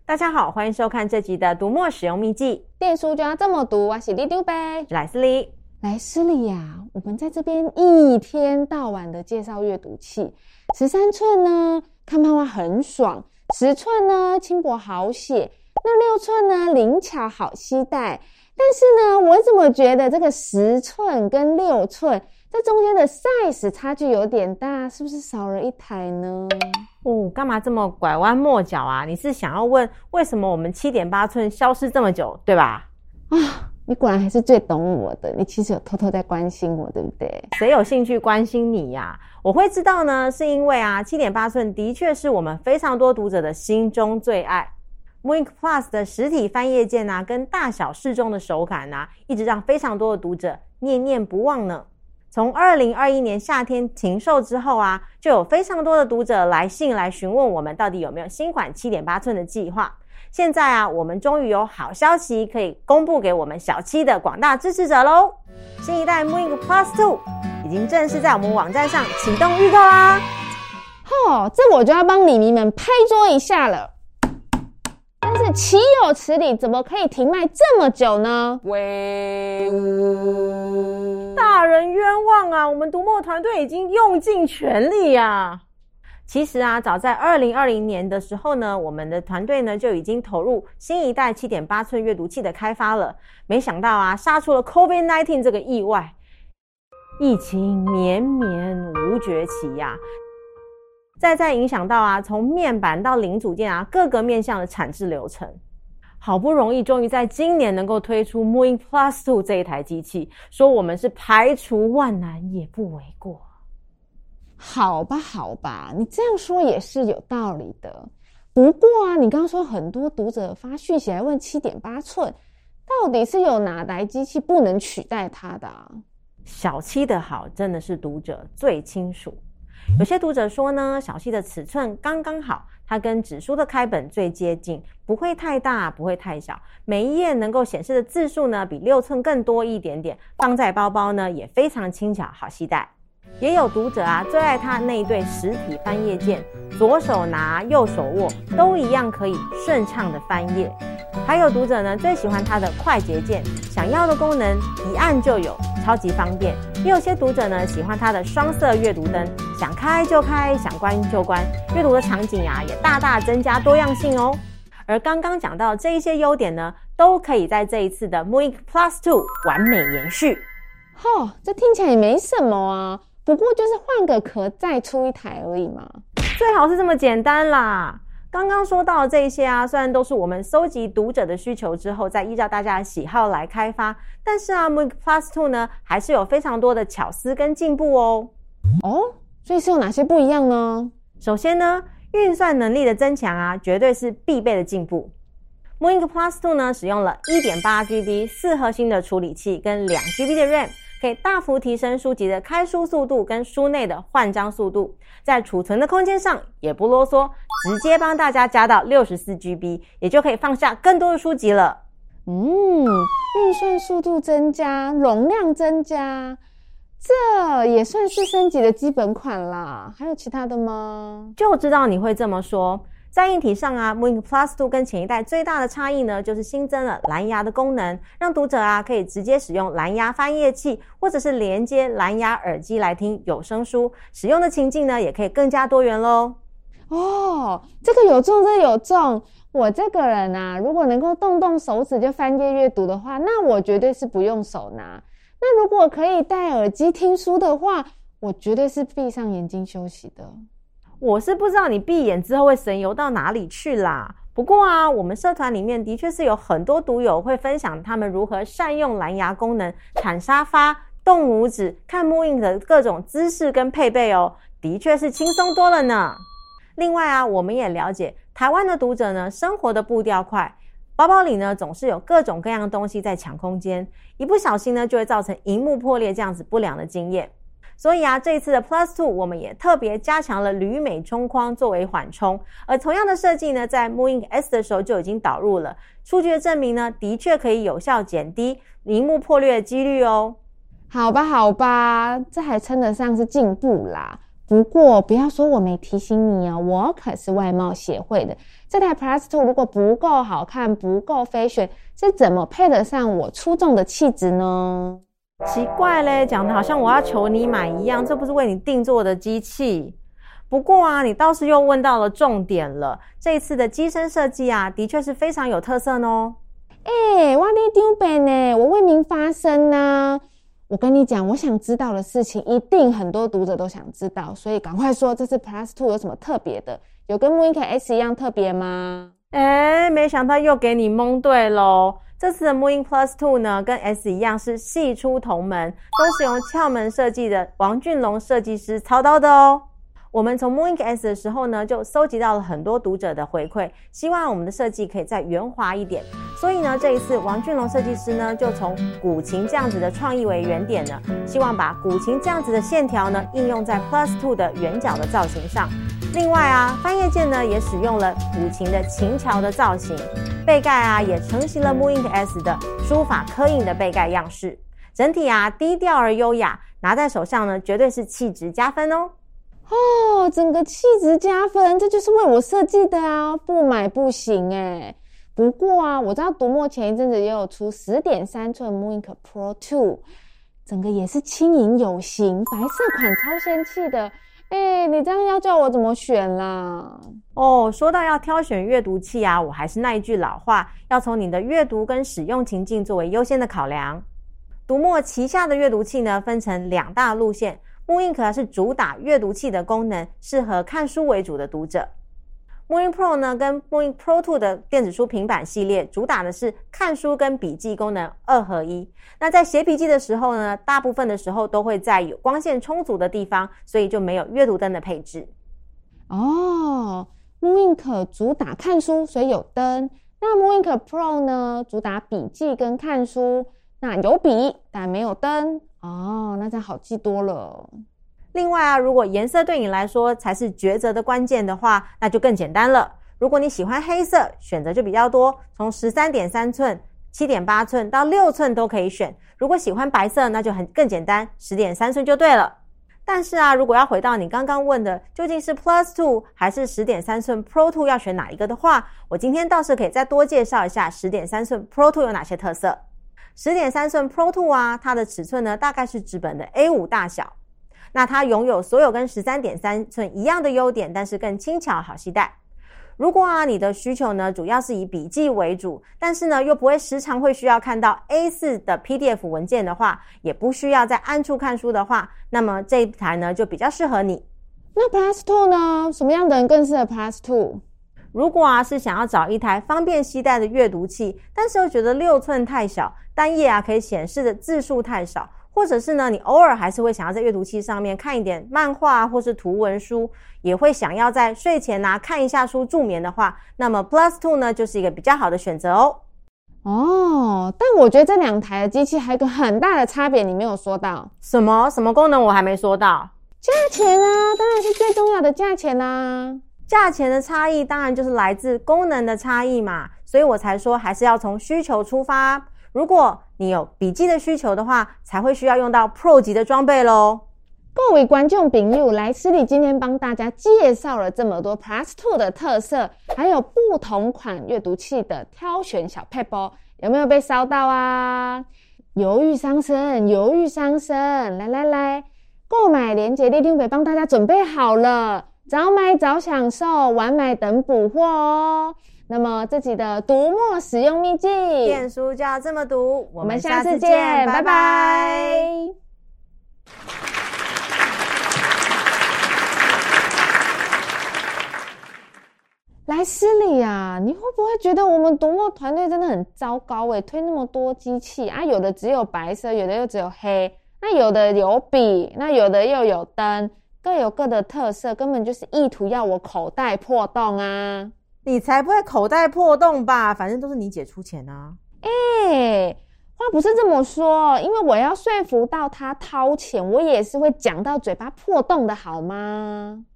大家好，欢迎收看这集的读墨使用秘技。 电书就要这么读，我是李丢呗， 莱斯利。 莱斯利呀，我们在这边一天到晚的介绍阅读器。13寸呢，看漫画很爽；10寸呢，轻薄好写；那6寸呢，灵巧好携带。但是呢，我怎么觉得这个10寸跟6寸这中间的 size 差距有点大，是不是少了一台呢？ 干嘛这么拐弯抹角啊？你是想要问为什么我们7.8寸消失这么久，对吧？ 你果然还是最懂我的，你其实有偷偷在关心我，对不对？ 谁有兴趣关心你呀？我会知道呢，是因为7.8寸的确是我们非常多读者的心中最爱。mooInk Plus 的实体翻页键跟大小适中的手感一直让非常多的读者念念不忘呢。从2021年夏天停售之后就有非常多的读者来信来询问我们到底有没有新款7.8寸的计划。现在我们终于有好消息可以公布给我们小七的广大支持者咯。新一代 mooInk Plus 2已经正式在我们网站上启动预购啦。 这我就要帮李迷们拍桌一下了。但是岂有此理，怎么可以停卖这么久呢？ 大人冤枉我们读墨团队已经用尽全力其实早在2020年的时候呢，我们的团队呢就已经投入新一代7.8寸阅读器的开发了。没想到杀出了 COVID-19 这个意外，疫情绵绵无绝期再影响到从面板到零组件各个面向的产制流程。好不容易终于在今年能够推出 mooInk Plus 2这一台机器，说我们是排除万难也不为过。 好吧，你这样说也是有道理的。不过你刚刚说很多读者发讯息来问7.8寸到底是有哪台机器不能取代它的小七的好真的是读者最清楚。有些读者说呢，小七的尺寸刚刚好，它跟纸书的开本最接近，不会太大不会太小，每一页能够显示的字数呢比6寸更多一点点，放在包包呢也非常轻巧好携带。也有读者最爱它那一对实体翻页键，左手拿右手握都一样可以顺畅的翻页。还有读者呢最喜欢它的快捷键，想要的功能一按就有，超级方便。也有些读者呢喜欢它的双色阅读灯，想开就开，想关就关，阅读的场景也大大增加多样性哦。而刚刚讲到这一些优点呢，都可以在这一次的 mooInk Plus 2完美延续。 这听起来也没什么不过就是换个壳再出一台而已嘛。 最好是这么简单啦。刚刚说到的这些虽然都是我们搜集读者的需求之后再依照大家的喜好来开发，但是mooInk Plus 2呢还是有非常多的巧思跟进步哦。 所以是有哪些不一样呢？ 首先呢，运算能力的增强绝对是必备的进步。mooInk Plus 2呢使用了 1.8GB 4核心的处理器跟 2GB 的 RAM，可以大幅提升书籍的开书速度跟书内的换章速度，在储存的空间上也不啰嗦，直接帮大家加到 64GB， 也就可以放下更多的书籍了。 运算速度增加，容量增加，这也算是升级的基本款啦。还有其他的吗？ 就知道你会这么说。在硬体上mooInk Plus 2跟前一代最大的差异呢，就是新增了蓝牙的功能，让读者可以直接使用蓝牙翻页器，或者是连接蓝牙耳机来听有声书，使用的情境呢也可以更加多元咯。 这个有中，这个有中。我这个人如果能够动手指就翻页阅读的话，那我绝对是不用手拿。那如果可以戴耳机听书的话，我绝对是闭上眼睛休息的。 我是不知道你闭眼之后会神游到哪里去啦。不过我们社团里面的确是有很多读友会分享他们如何善用蓝牙功能，铲沙发、动拇指、看mooInk的各种姿势跟配备的确是轻松多了呢。另外我们也了解台湾的读者呢，生活的步调快，包包里呢总是有各种各样的东西在抢空间，一不小心呢就会造成萤幕破裂这样子不良的经验。所以这一次的 Plus 2我们也特别加强了铝镁冲框作为缓冲，而同样的设计呢，在 mooInk S 的时候就已经导入了，数据的证明呢，的确可以有效减低萤幕破裂的几率哦。 好吧，这还称得上是进步啦。 不过不要说我没提醒你哦，我可是外貌协会的。这台 Plus 2如果不够好看，不够fashion，是怎么配得上我出众的气质呢？ 奇怪嘞，讲的好像我要求你买一样，这不是为你定做的机器。不过啊，你倒是又问到了重点了。这一次的机身设计啊，的确是非常有特色哦。 我在丢本呢，我为民发声啊。我跟你讲，我想知道的事情，一定很多读者都想知道，所以赶快说，这次 Plus 2有什么特别的？有跟 Moonink S 一样特别吗？ 没想到又给你蒙对咯。这次的 Moonink Plus 2呢，跟 S 一样是系出同门，都是用窍门设计的王俊龙设计师操刀的哦。我们从 Moonink S 的时候呢，就搜集到了很多读者的回馈，希望我们的设计可以再圆滑一点。所以呢，这一次王俊龙设计师呢，就从古琴这样子的创意为原点呢，希望把古琴这样子的线条呢，应用在 Plus 2的圆角的造型上。另外啊，翻页键呢也使用了古琴的琴桥的造型，背盖啊也承袭了 Moonink S 的书法刻印的背盖样式。整体啊低调而优雅，拿在手上呢，绝对是气质加分哦。 整个气质加分，这就是为我设计的啊，不买不行耶。不过啊，我知道读墨前一阵子也有出 10.3 寸 Moonink Pro 2， 整个也是轻盈有型，白色款超仙气的。你这样要叫我怎么选啦？ 说到要挑选阅读器啊，我还是那一句老话，要从你的阅读跟使用情境作为优先的考量。读墨旗下的阅读器呢，分成2大路线。Moonink 是主打阅读器的功能，适合看书为主的读者。Moonink Pro 呢，跟 Moonink Pro 2的电子书平板系列，主打的是看书跟笔记功能2合1。那在写笔记的时候呢，大部分的时候都会在有光线充足的地方，所以就没有阅读灯的配置。 Moonink 主打看书，所以有灯。那 Moonink Pro 呢，主打笔记跟看书，那有笔但没有灯。那这样好记多了。 另外啊，如果颜色对你来说才是抉择的关键的话，那就更简单了。如果你喜欢黑色，选择就比较多，从 13.3 寸、7.8 寸到6寸都可以选。如果喜欢白色，那就更简单， 10.3 寸就对了。但是啊，如果要回到你刚刚问的，究竟是 Plus 2还是 10.3 寸 Pro 2要选哪一个的话，我今天倒是可以再多介绍一下 10.3 寸 Pro 2有哪些特色。10.3 寸 Pro 2啊，它的尺寸呢大概是纸本的 A5 大小。那它拥有所有跟 13.3 寸一样的优点，但是更轻巧好携带。如果啊你的需求呢主要是以笔记为主，但是呢又不会时常会需要看到 A4 的 PDF 文件的话，也不需要在暗处看书的话，那么这一台呢就比较适合你。 那 Plus 2呢？什么样的人更适合 Plus 2？ 如果啊是想要找一台方便携带的阅读器，但是又觉得6寸太小，单页啊可以显示的字数太少，或者是呢你偶尔还是会想要在阅读器上面看一点漫画或是图文书，也会想要在睡前啊看一下书助眠的话，那么 Plus 2呢就是一个比较好的选择哦。 但我觉得这2台的机器还有一个很大的差别你没有说到。 什么功能我还没说到？ 价钱啊，当然是最重要的价钱啊。 价钱的差异当然就是来自功能的差异嘛，所以我才说还是要从需求出发。如果你有笔记的需求的话，才会需要用到 Pro 级的装备咯。 各位观众朋友，来师里今天帮大家介绍了这么多 Plus 2的特色，还有不同款阅读器的挑选小撇步，有没有被烧到啊？犹豫伤身，犹豫伤身，来，购买链接立定北帮大家准备好了，早买早享受，晚买等补货哦。那么这集的读墨使用秘籍， 电书就要这么读，我们下次见，拜拜。来师里啊，你会不会觉得我们读墨团队真的很糟糕推那么多机器啊，有的只有白色，有的又只有黑，那有的有笔，那有的又有灯，各有各的特色，根本就是意图要我口袋破洞啊。 你才不会口袋破洞吧，反正都是你姐出钱啊。 话不是这么说，因为我要说服到他掏钱，我也是会讲到嘴巴破洞的好吗？